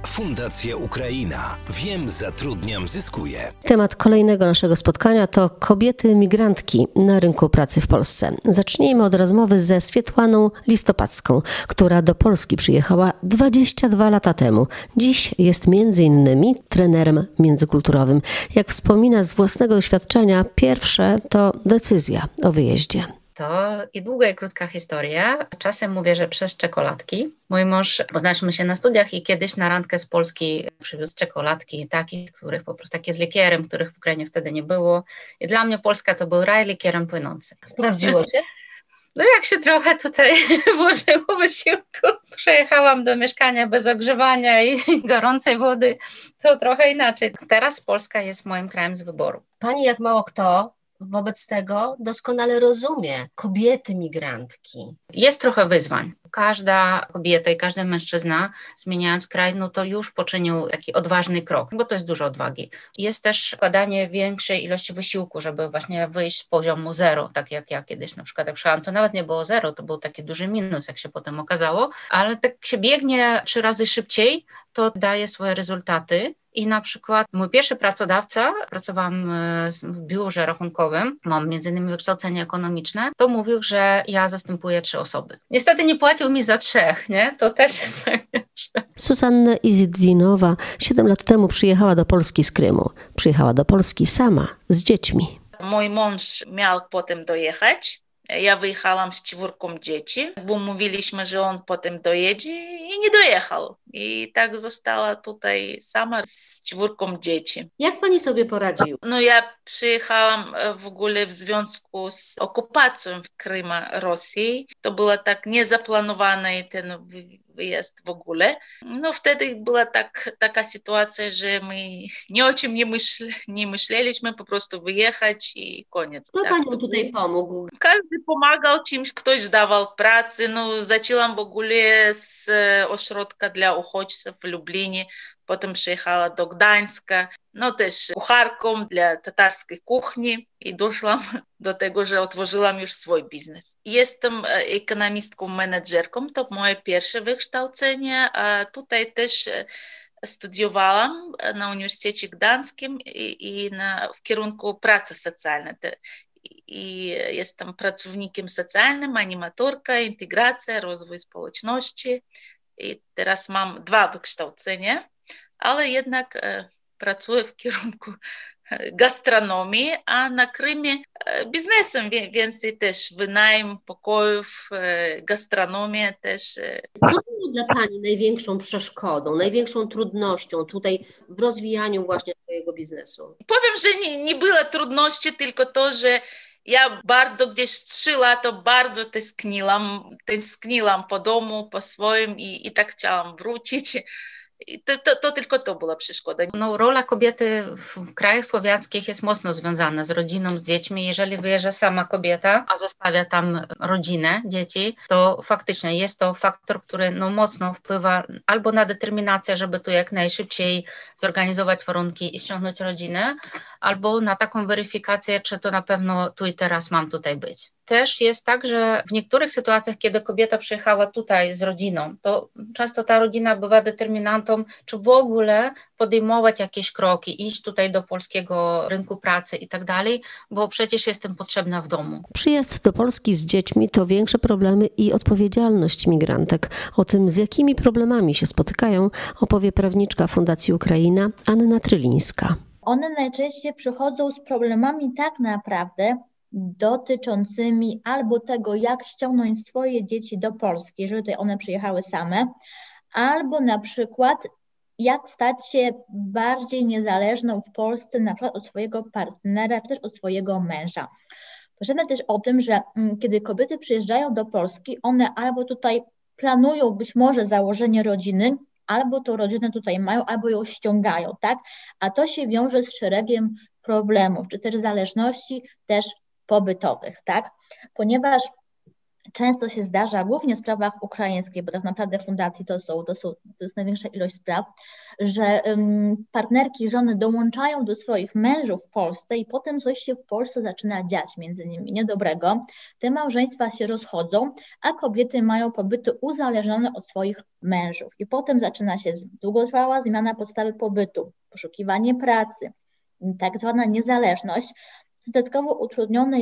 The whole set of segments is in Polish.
Fundacja Ukraina. Wiem, zatrudniam, zyskuję. Temat kolejnego naszego spotkania to kobiety migrantki na rynku pracy w Polsce. Zacznijmy od rozmowy ze Swietłaną Listopadzką, która do Polski przyjechała 22 lata temu. Dziś jest m.in. trenerem międzykulturowym. Jak wspomina z własnego doświadczenia, pierwsze to decyzja o wyjeździe. To i długa i krótka historia. Czasem mówię, że przez czekoladki. Mój mąż, poznaliśmy się na studiach i kiedyś na randkę z Polski przywiózł czekoladki takich, których po prostu takie z likierem, których w Ukrainie wtedy nie było. I dla mnie Polska to był raj likierem płynący. Sprawdziło się? No jak się trochę tutaj włożyło wysiłku, przejechałam do mieszkania bez ogrzewania i gorącej wody, to trochę inaczej. Teraz Polska jest moim krajem z wyboru. Pani jak mało kto wobec tego doskonale rozumie kobiety migrantki. Jest trochę wyzwań. Każda kobieta i każdy mężczyzna, zmieniając kraj, no to już poczynił taki odważny krok, bo to jest dużo odwagi. Jest też wkładanie większej ilości wysiłku, żeby właśnie wyjść z poziomu zero, tak jak ja kiedyś na przykład jak szłam, to nawet nie było zero, to był taki duży minus, jak się potem okazało, ale tak się biegnie 3 razy szybciej, to daje swoje rezultaty. I na przykład mój pierwszy pracodawca, pracowałam w biurze rachunkowym, mam między innymi wykształcenie ekonomiczne, to mówił, że ja zastępuję 3 osoby. Niestety nie płacił mi za 3, nie? To też jest tak, że... Zuzanna Izidinowa 7 lat temu przyjechała do Polski z Krymu. Przyjechała do Polski sama, z dziećmi. Mój mąż miał potem dojechać. Ja wyjechałam z 4 dzieci, bo mówiliśmy, że on potem dojedzie i nie dojechał. I tak została tutaj sama z 4 dzieci. Jak pani sobie poradziła? No ja przyjechałam w ogóle w związku z okupacją Kryma Rosji. To było tak niezaplanowane ten wyjazd w ogóle. No wtedy była taka sytuacja, że my nie o czym nie myśleliśmy, po prostu wyjechać i koniec. Kto panią tutaj pomógł? Każdy pomagał czymś, ktoś dawał pracę. No zaczęłam w ogóle z ośrodka dla uchodźców w Lublinie, potem przyjechała do Gdańska, no też kucharką dla tatarskiej kuchni i doszłam do tego, że otworzyłam już swój biznes. Jestem ekonomistką, menedżerką, to moje pierwsze wykształcenie, a tutaj też studiowałam na Uniwersytecie Gdańskim i w kierunku pracy socjalnej. I jestem pracownikiem socjalnym, animatorka, integracja, rozwój społeczności. I teraz mam 2 wykształcenia, ale jednak pracuję w kierunku gastronomii, a na Krymie biznesem, więcej też wynajem pokojów, gastronomia też. Co było dla pani największą przeszkodą, największą trudnością tutaj w rozwijaniu właśnie swojego biznesu? Powiem, że nie było trudności, tylko to, że ja bardzo gdzieś 3 lata bardzo tęskniłam po domu, po swoim i tak chciałam wrócić. I to tylko to była przeszkoda. No, rola kobiety w krajach słowiańskich jest mocno związana z rodziną, z dziećmi. Jeżeli wyjeżdża sama kobieta, a zostawia tam rodzinę, dzieci, to faktycznie jest to faktor, który no, mocno wpływa albo na determinację, żeby tu jak najszybciej zorganizować warunki i ściągnąć rodzinę, albo na taką weryfikację, czy to na pewno tu i teraz mam tutaj być. Też jest tak, że w niektórych sytuacjach, kiedy kobieta przyjechała tutaj z rodziną, to często ta rodzina bywa determinantą, czy w ogóle podejmować jakieś kroki, iść tutaj do polskiego rynku pracy i tak dalej, bo przecież jestem potrzebna w domu. Przyjazd do Polski z dziećmi to większe problemy i odpowiedzialność migrantek. O tym, z jakimi problemami się spotykają, opowie prawniczka Fundacji Ukraina Anna Trylińska. One najczęściej przychodzą z problemami tak naprawdę dotyczącymi albo tego, jak ściągnąć swoje dzieci do Polski, jeżeli tutaj one przyjechały same, albo na przykład jak stać się bardziej niezależną w Polsce, na przykład od swojego partnera, czy też od swojego męża. Powiemy też o tym, że kiedy kobiety przyjeżdżają do Polski, one albo tutaj planują być może założenie rodziny, albo tą rodzinę tutaj mają, albo ją ściągają, tak? A to się wiąże z szeregiem problemów, czy też zależności też pobytowych, tak? Ponieważ często się zdarza, głównie w sprawach ukraińskich, bo tak naprawdę fundacji to jest największa ilość spraw, że partnerki, żony dołączają do swoich mężów w Polsce i potem coś się w Polsce zaczyna dziać między nimi niedobrego. Te małżeństwa się rozchodzą, a kobiety mają pobyty uzależnione od swoich mężów. I potem zaczyna się długotrwała zmiana podstawy pobytu, poszukiwanie pracy, tak zwana niezależność. Dodatkowo utrudnione,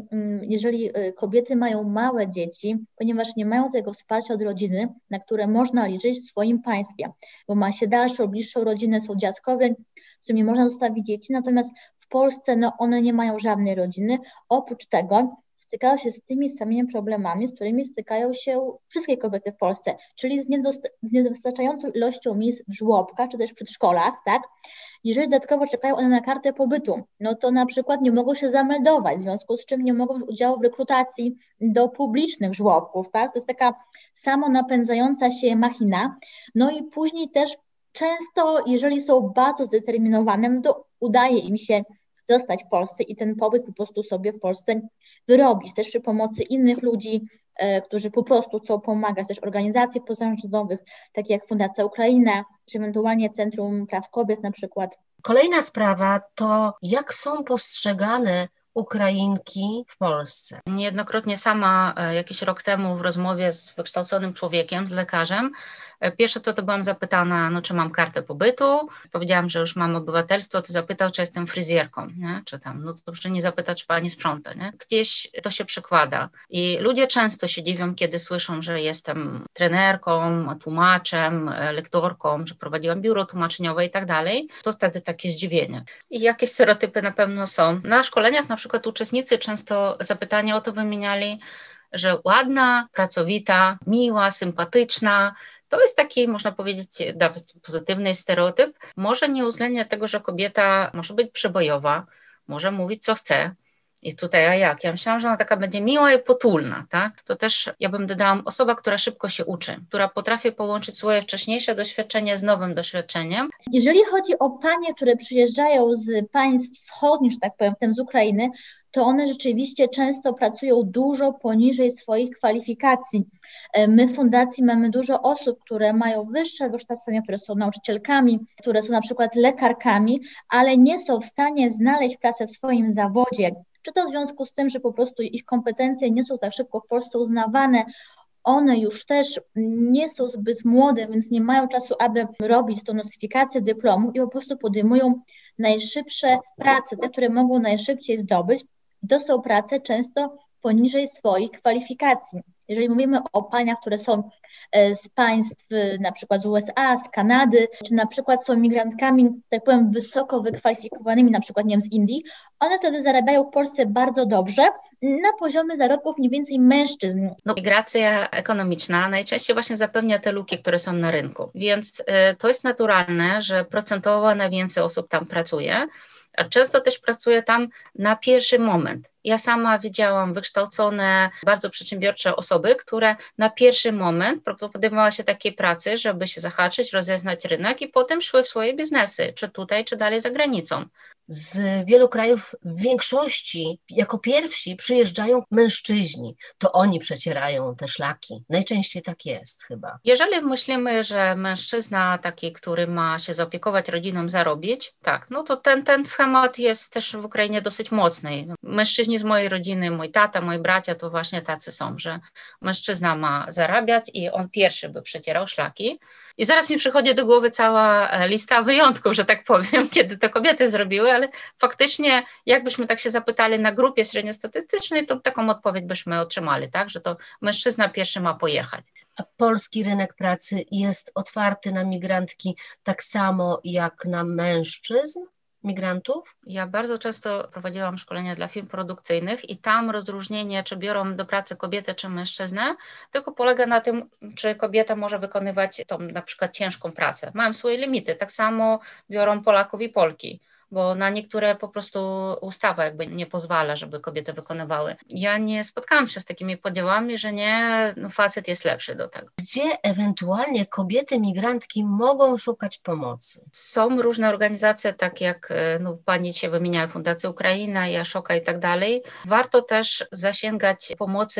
jeżeli kobiety mają małe dzieci, ponieważ nie mają tego wsparcia od rodziny, na które można liczyć w swoim państwie, bo ma się dalszą, bliższą rodzinę, są dziadkowie, z którymi można zostawić dzieci, natomiast w Polsce one nie mają żadnej rodziny. Oprócz tego stykają się z tymi samymi problemami, z którymi stykają się wszystkie kobiety w Polsce, czyli z niewystarczającą ilością miejsc w żłobkach czy też w przedszkolach, tak? Jeżeli dodatkowo czekają one na kartę pobytu, no to na przykład nie mogą się zameldować, w związku z czym nie mogą wziąć udziału w rekrutacji do publicznych żłobków, tak? To jest taka samonapędzająca się machina. No i później też często, jeżeli są bardzo zdeterminowane, no to udaje im się zostać w Polsce i ten pobyt po prostu sobie w Polsce wyrobić, też przy pomocy innych ludzi, którzy po prostu chcą pomagać, też organizacji pozarządowych, takie jak Fundacja Ukraina, czy ewentualnie Centrum Praw Kobiet na przykład. Kolejna sprawa to, jak są postrzegane Ukrainki w Polsce. Niejednokrotnie sama jakiś rok temu w rozmowie z wykształconym człowiekiem, z lekarzem, pierwsze co to byłam zapytana, no czy mam kartę pobytu, powiedziałam, że już mam obywatelstwo, to zapytał, czy jestem fryzjerką, nie? Czy tam, no to dobrze nie zapyta, czy pani sprząta, nie? Gdzieś to się przekłada i ludzie często się dziwią, kiedy słyszą, że jestem trenerką, tłumaczem, lektorką, że prowadziłam biuro tłumaczeniowe i tak dalej, to wtedy takie zdziwienie. I jakieś stereotypy na pewno są. Na szkoleniach na przykład uczestnicy często zapytania o to wymieniali, że ładna, pracowita, miła, sympatyczna. To jest taki, można powiedzieć, nawet pozytywny stereotyp. Może nie uwzględnia tego, że kobieta może być przebojowa, może mówić co chce. I tutaj, a jak? Ja myślałam, że ona taka będzie miła i potulna, tak? To też, ja bym dodała, osoba, która szybko się uczy, która potrafi połączyć swoje wcześniejsze doświadczenie z nowym doświadczeniem. Jeżeli chodzi o panie, które przyjeżdżają z państw wschodnich, że tak powiem, w tym z Ukrainy, to one rzeczywiście często pracują dużo poniżej swoich kwalifikacji. My w fundacji mamy dużo osób, które mają wyższe wykształcenie, które są nauczycielkami, które są na przykład lekarkami, ale nie są w stanie znaleźć pracę w swoim zawodzie. Czy to w związku z tym, że po prostu ich kompetencje nie są tak szybko w Polsce uznawane, one już też nie są zbyt młode, więc nie mają czasu, aby robić tą notyfikację dyplomu i po prostu podejmują najszybsze prace, te, które mogą najszybciej zdobyć. I to są prace często poniżej swoich kwalifikacji. Jeżeli mówimy o paniach, które są z państw na przykład z USA, z Kanady, czy na przykład są migrantkami, tak powiem, wysoko wykwalifikowanymi, na przykład nie wiem, z Indii, one wtedy zarabiają w Polsce bardzo dobrze, na poziomie zarobków mniej więcej mężczyzn. No, migracja ekonomiczna najczęściej właśnie zapewnia te luki, które są na rynku, więc to jest naturalne, że procentowo najwięcej osób tam pracuje, a często też pracuje tam na pierwszy moment. Ja sama widziałam wykształcone, bardzo przedsiębiorcze osoby, które na pierwszy moment podejmowały się takiej pracy, żeby się zahaczyć, rozeznać rynek i potem szły w swoje biznesy, czy tutaj, czy dalej za granicą. Z wielu krajów w większości jako pierwsi przyjeżdżają mężczyźni. To oni przecierają te szlaki. Najczęściej tak jest chyba. Jeżeli myślimy, że mężczyzna taki, który ma się zaopiekować rodziną, zarobić, tak, no to ten schemat jest też w Ukrainie dosyć mocny. Mężczyźni z mojej rodziny, mój tata, moi bracia to właśnie tacy są, że mężczyzna ma zarabiać i on pierwszy by przecierał szlaki. I zaraz mi przychodzi do głowy cała lista wyjątków, że tak powiem, kiedy to kobiety zrobiły, ale faktycznie jakbyśmy tak się zapytali na grupie średniostatystycznej, to taką odpowiedź byśmy otrzymali, tak, że to mężczyzna pierwszy ma pojechać. A polski rynek pracy jest otwarty na migrantki tak samo jak na mężczyzn? Migrantów? Ja bardzo często prowadziłam szkolenia dla firm produkcyjnych i tam rozróżnienie, czy biorą do pracy kobietę, czy mężczyznę, tylko polega na tym, czy kobieta może wykonywać tą na przykład ciężką pracę. Mają swoje limity, tak samo biorą Polaków i Polki, bo na niektóre po prostu ustawa jakby nie pozwala, żeby kobiety wykonywały. Ja nie spotkałam się z takimi podziałami, że nie, no facet jest lepszy do tego. Gdzie ewentualnie kobiety migrantki mogą szukać pomocy? Są różne organizacje, takie jak pani dzisiaj wymieniała, Fundacja Ukraina, Jaszoka i tak dalej. Warto też zasięgać pomocy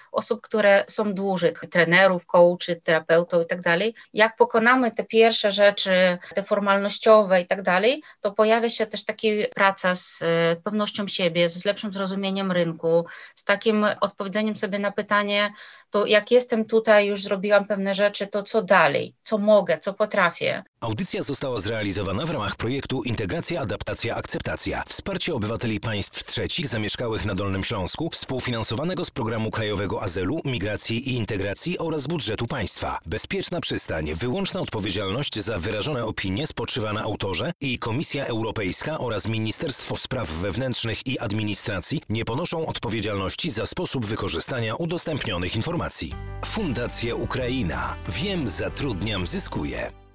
osób, które są dłużej, trenerów, coachy, terapeutów i tak dalej. Jak pokonamy te pierwsze rzeczy, te formalnościowe i tak dalej, to pojawia się też taka praca z pewnością siebie, z lepszym zrozumieniem rynku, z takim odpowiedzeniem sobie na pytanie, to jak jestem tutaj, już zrobiłam pewne rzeczy, to co dalej, co mogę, co potrafię. Audycja została zrealizowana w ramach projektu Integracja, Adaptacja, Akceptacja. Wsparcie obywateli państw trzecich zamieszkałych na Dolnym Śląsku, współfinansowanego z Programu Krajowego Azylu, Migracji i Integracji oraz budżetu państwa. Bezpieczna przystań, wyłączna odpowiedzialność za wyrażone opinie spoczywa na autorze i Komisja Europejska oraz Ministerstwo Spraw Wewnętrznych i Administracji nie ponoszą odpowiedzialności za sposób wykorzystania udostępnionych informacji. Fundacja Ukraina. Wiem, zatrudniam, zyskuję.